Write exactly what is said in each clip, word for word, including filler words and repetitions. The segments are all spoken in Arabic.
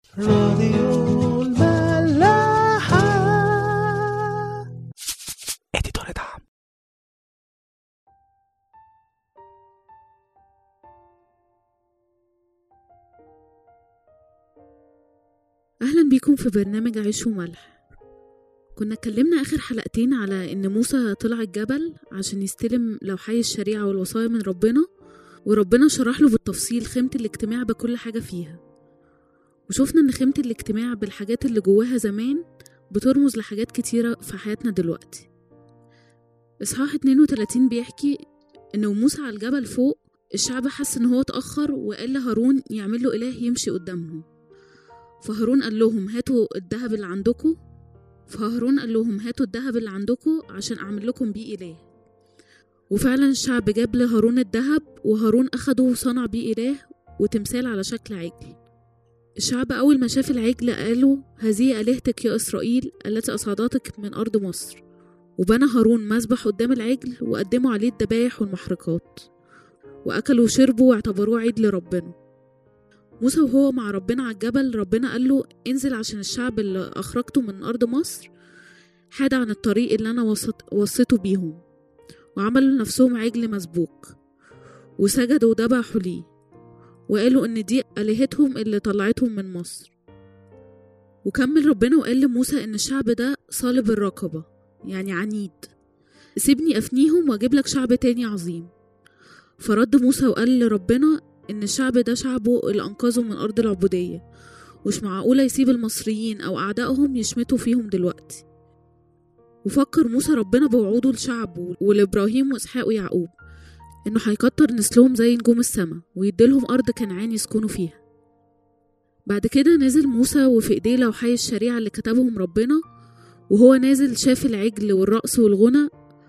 راديو الملاحة. اديتور دعم. أهلا بيكم في برنامج عيش وملح. كنا اتكلمنا آخر حلقتين على إن موسى طلع الجبل عشان يستلم لوحي الشريعة والوصايا من ربنا، وربنا شرح له بالتفصيل خيمة الاجتماع بكل حاجة فيها. وشوفنا إن خيمة الاجتماع بالحاجات اللي جواها زمان بترمز لحاجات كتيرة في حياتنا دلوقتي. إصحاح اتنين وتلاتين بيحكي إن موسى على الجبل فوق، الشعب حس إن هو اتأخر وقال لهارون يعمل له إله يمشي قدامهم. فهارون قال لهم هاتوا الذهب اللي عندكم فهارون قال لهم هاتوا الذهب اللي عندكم عشان أعمل لكم بيه إله. وفعلا الشعب جاب لهارون الذهب، وهارون أخده وصنع بيه إله وتمثال على شكل عجل. الشعب أول ما شاف العجل قالوا هذه آلهتك يا إسرائيل التي أصعدتك من أرض مصر. وبنى هارون مسبح قدام العجل وقدموا عليه الذبائح والمحرقات، وأكلوا وشربوا واعتبروه عيد لربنا. موسى وهو مع ربنا على الجبل، ربنا قال له انزل عشان الشعب اللي أخرجته من أرض مصر حاد عن الطريق اللي أنا وصيته بيهم، وعملوا لنفسهم عجل مسبوك وسجدوا وذبحوا ليه، وقالوا ان دي آلهتهم اللي طلعتهم من مصر. وكمل ربنا وقال لموسى ان الشعب ده صالب الرقبة، يعني عنيد، سيبني افنيهم واجيب لك شعب تاني عظيم. فرد موسى وقال لربنا ان الشعب ده شعبه اللي انقذه من ارض العبودية، ومش معقولة يسيب المصريين او اعدائهم يشمتوا فيهم دلوقتي. وفكر موسى ربنا بوعوده لشعبه ولابراهيم واسحاق ويعقوب انه هيكتر نسلهم زي نجوم السماء ويديلهم ارض كنعان يسكنوا فيها. بعد كده نزل موسى وفي ايديه لوحي الشريعة اللي كتبهم ربنا، وهو نازل شاف العجل والرقص والغنى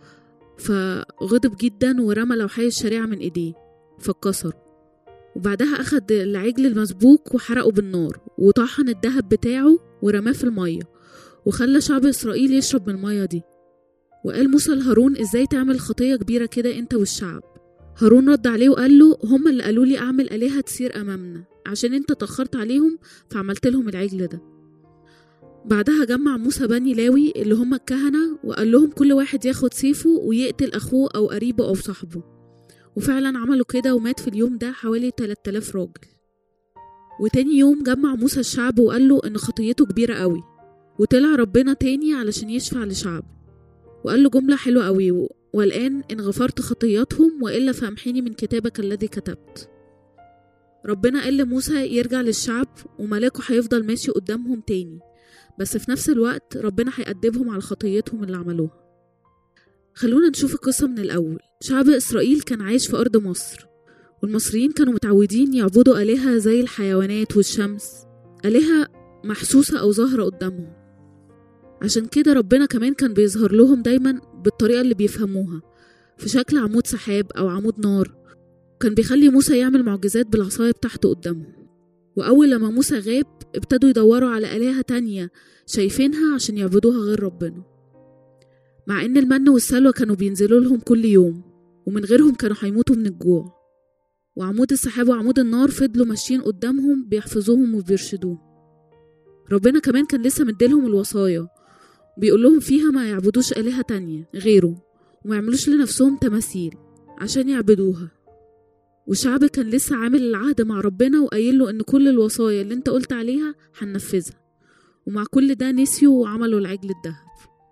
فغضب جدا ورمى لوحي الشريعة من ايديه فاتكسر. وبعدها اخد العجل المسبوك وحرقه بالنار وطحن الذهب بتاعه ورماه في المية، وخلى شعب اسرائيل يشرب من المية دي. وقال موسى لهارون ازاي تعمل خطية كبيرة كده انت والشعب؟ هارون رد عليه وقال له هم اللي قالوا لي اعمل آلهة تسير امامنا، عشان انت تأخرت عليهم فعملت لهم العجل ده. بعدها جمع موسى بني لاوي اللي هم الكهنة وقال لهم كل واحد ياخد سيفه ويقتل اخوه او قريبه او صاحبه. وفعلا عملوا كده، ومات في اليوم ده حوالي تلات آلاف راجل. وتاني يوم جمع موسى الشعب وقال له ان خطيته كبيرة قوي، وطلع ربنا تاني علشان يشفع لشعب وقال له جملة حلوة قوي، والآن إن غفرت خطياتهم وإلا فامحيني من كتابك الذي كتبت. ربنا قال لموسى يرجع للشعب وملاكه هيفضل ماشي قدامهم تاني، بس في نفس الوقت ربنا هيأدبهم على خطيتهم اللي عملوها. خلونا نشوف القصة من الأول. شعب إسرائيل كان عايش في أرض مصر، والمصريين كانوا متعودين يعبدوا آلهة زي الحيوانات والشمس، آلهة محسوسة أو ظاهرة قدامهم. عشان كده ربنا كمان كان بيظهر لهم دايما بالطريقة اللي بيفهموها، في شكل عمود سحاب أو عمود نار. كان بيخلي موسى يعمل معجزات بالعصاية بتاعته قدامهم. وأول لما موسى غاب ابتدوا يدوروا على آلهة تانية شايفينها عشان يعبدوها غير ربنا، مع إن المن والسلوى كانوا بينزلوا لهم كل يوم، ومن غيرهم كانوا هيموتوا من الجوع. وعمود السحاب وعمود النار فضلوا ماشيين قدامهم بيحفظوهم وبيرشدوهم. ربنا كمان كان لسه مديلهم الوصايا بيقول لهم فيها ما يعبدوش آلهة تانية غيره، وما يعملوش لنفسهم تماثيل عشان يعبدوها. والشعب كان لسه عامل العهد مع ربنا وقايل له ان كل الوصايا اللي انت قلت عليها هننفذها، ومع كل ده نسيوا وعملوا العجل الذهب.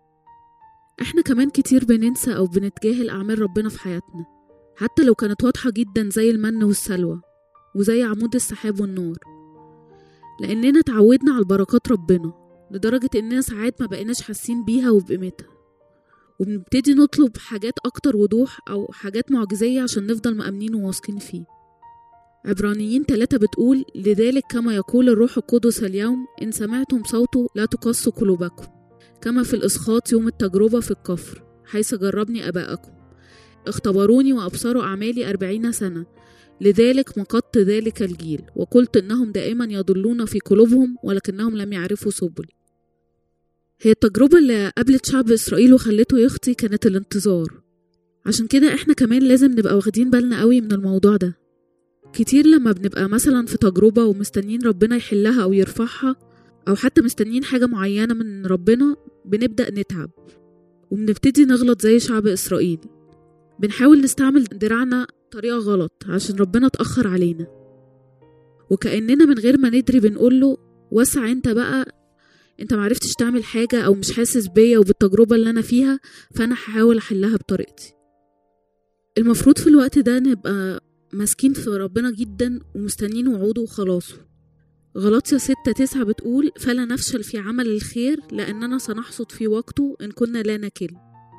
احنا كمان كتير بننسى او بنتجاهل اعمال ربنا في حياتنا، حتى لو كانت واضحة جدا زي المن والسلوى وزي عمود السحاب والنار، لاننا تعودنا على بركات ربنا لدرجة اننا ساعات ما بقيناش حاسين بيها وبقيمتها، وبنبتدي نطلب حاجات اكتر وضوح او حاجات معجزية عشان نفضل مأمنين وواثقين فيه. عبرانيين ثلاثة بتقول لذلك كما يقول الروح القدس اليوم إن سمعتم صوته لا تقسوا قلوبكم، كما في الإسخاط يوم التجربة في الكفر حيث جربني أباءكم، اختبروني وأبصروا أعمالي أربعين سنة، لذلك مقت ذلك الجيل وقلت إنهم دائما يضلون في قلوبهم ولكنهم لم يعرفوا سبلي. هي التجربة اللي قابلت شعب إسرائيل وخلته يخطي كانت الانتظار. عشان كده احنا كمان لازم نبقى واخدين بالنا قوي من الموضوع ده. كتير لما بنبقى مثلا في تجربة ومستنين ربنا يحلها أو يرفعها، أو حتى مستنين حاجة معينة من ربنا، بنبدأ نتعب وبنبتدي نغلط زي شعب إسرائيل. بنحاول نستعمل دراعنا طريقة غلط عشان ربنا اتأخر علينا، وكأننا من غير ما ندري بنقوله وسع انت بقى، انت معرفتش تعمل حاجة أو مش حاسس بيا وبالتجربة اللي أنا فيها، فأنا هحاول أحلها بطريقتي. المفروض في الوقت ده نبقى ماسكين في ربنا جدا ومستنين وعوده وخلاصه. غلاطيا ستة تسعة بتقول فلا نفشل في عمل الخير لأننا سنحصد في وقته إن كنا لا نكل.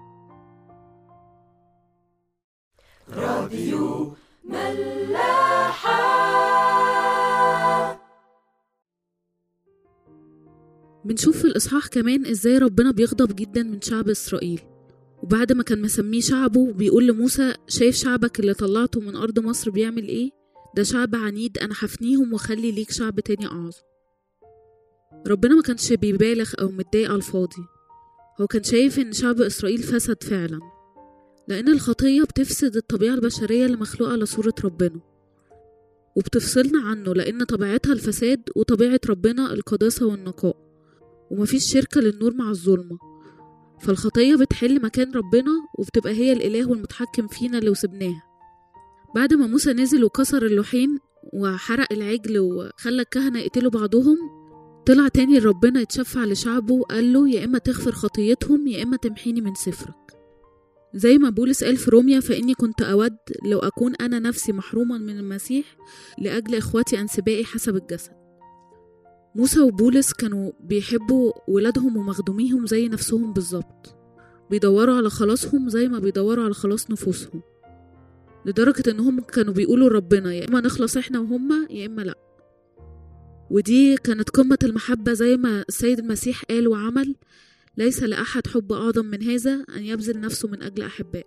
راديو ملاحة. بنشوف في الإصحاح كمان إزاي ربنا بيغضب جدا من شعب إسرائيل، وبعد ما كان مسميه شعبه بيقول لموسى شايف شعبك اللي طلعته من أرض مصر بيعمل إيه؟ ده شعب عنيد، أنا حفنيهم وخلي ليك شعب تاني أعظم. ربنا ما كانش بيبالغ أو متضايق على الفاضي، هو كان شايف إن شعب إسرائيل فسد فعلا، لأن الخطية بتفسد الطبيعة البشرية اللي مخلوقة على صورة ربنا، وبتفصلنا عنه لأن طبيعتها الفساد وطبيعة ربنا القداسة والنقاء، ومفيش شركة للنور مع الظلمة. فالخطية بتحل مكان ربنا وبتبقى هي الإله والمتحكم فينا لو سبناها. بعد ما موسى نزل وكسر اللوحين وحرق العجل وخلى الكهنة يقتلوا بعضهم، طلع تاني ربنا يتشفع لشعبه وقال له يا إما تغفر خطيتهم يا إما تمحيني من سفرك. زي ما بولس قال في روميا فإني كنت أود لو أكون أنا نفسي محروما من المسيح لأجل إخواتي أنسبائي حسب الجسد. موسى وبولس كانوا بيحبوا ولادهم ومخدوميهم زي نفسهم بالظبط، بيدوروا على خلاصهم زي ما بيدوروا على خلاص نفوسهم، لدرجة إنهم كانوا بيقولوا ربنا يا إما نخلص إحنا وهم يا إما لأ. ودي كانت قمة المحبة زي ما السيد المسيح قال وعمل، ليس لأحد حب أعظم من هذا أن يبذل نفسه من أجل أحبائه.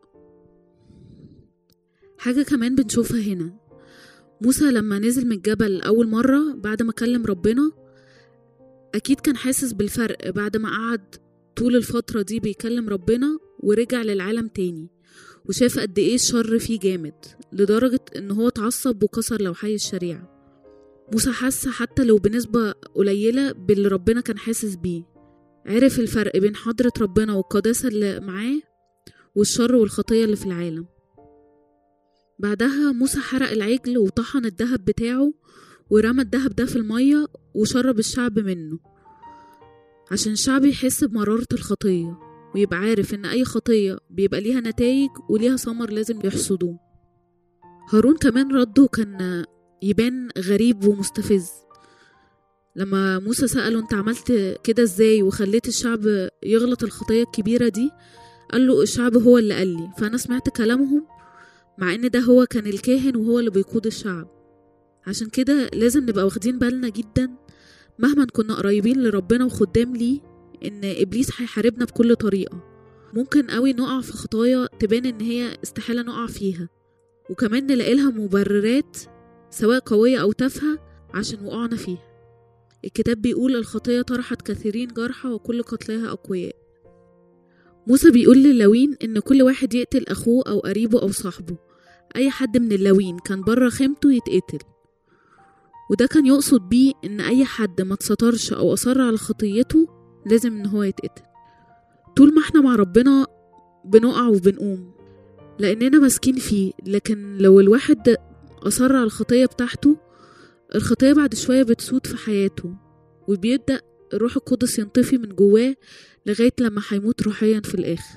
حاجة كمان بنشوفها هنا، موسى لما نزل من الجبل أول مرة بعد ما كلم ربنا أكيد كان حاسس بالفرق بعد ما قعد طول الفترة دي بيكلم ربنا ورجع للعالم تاني، وشاف قد إيه الشر فيه جامد لدرجة إن هو اتعصب وكسر لوحي الشريعة. موسى حس حتى لو بنسبة قليلة باللي ربنا كان حاسس بيه، عرف الفرق بين حضرة ربنا والقداسة اللي معاه والشر والخطية اللي في العالم. بعدها موسى حرق العجل وطحن الذهب بتاعه ورمى الذهب ده في المية وشرب الشعب منه، عشان الشعب يحس بمرارة الخطية ويبقى عارف ان اي خطية بيبقى ليها نتائج وليها ثمر لازم يحصدوه. هارون كمان رده كان يبان غريب ومستفز. لما موسى سأله انت عملت كده ازاي وخليت الشعب يغلط الخطية الكبيرة دي، قال له الشعب هو اللي قال لي، فانا سمعت كلامهم، مع ان ده هو كان الكاهن وهو اللي بيقود الشعب. عشان كده لازم نبقى واخدين بالنا جدا مهما كنا قريبين لربنا وخدام ليه، ان ابليس هيحاربنا بكل طريقة. ممكن قوي نقع في خطايا تبان ان هي استحالة نقع فيها، وكمان نلاقي لها مبررات سواء قوية او تافهة عشان وقعنا فيها. الكتاب بيقول الخطية طرحت كثيرين جرحى وكل قتلاها أقوياء. موسى بيقول لللاوين إن كل واحد يقتل أخوه أو قريبه أو صاحبه، أي حد من اللاوين كان بره خيمته يتقتل. وده كان يقصد بيه إن أي حد ما تسترش أو أصر على خطيته لازم إن هو يتقتل. طول ما احنا مع ربنا بنقع وبنقوم لأننا ماسكين فيه، لكن لو الواحد أصر على الخطية بتاعته، الخطية بعد شوية بتسود في حياته وبيبدأ الروح القدس ينطفي من جواه لغاية لما هيموت روحيا في الآخر.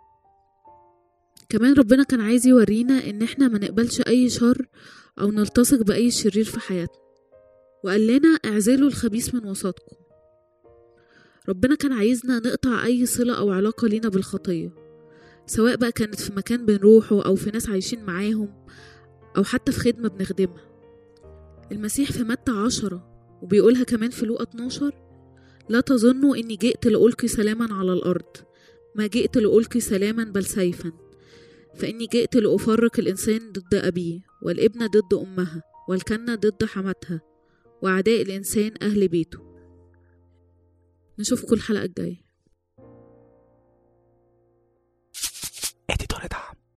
كمان ربنا كان عايز يورينا إن احنا ما نقبلش أي شر أو نلتصق بأي شرير في حياتنا، وقال لنا اعزلوا الخبيث من وسطكم. ربنا كان عايزنا نقطع أي صلة أو علاقة لينا بالخطية، سواء بقى كانت في مكان بنروحه أو في ناس عايشين معاهم أو حتى في خدمة بنخدمها. المسيح في متى عشرة وبيقولها كمان في لوقا اتناشر، لا تظنوا إني جئت لألقي سلاما على الأرض، ما جئت لألقي سلاما بل سيفا، فإني جئت لأفرق الإنسان ضد أبيه والابنة ضد أمها والكنة ضد حماتها وأعداء الإنسان أهل بيته. نشوفكم الحلقة الجاية.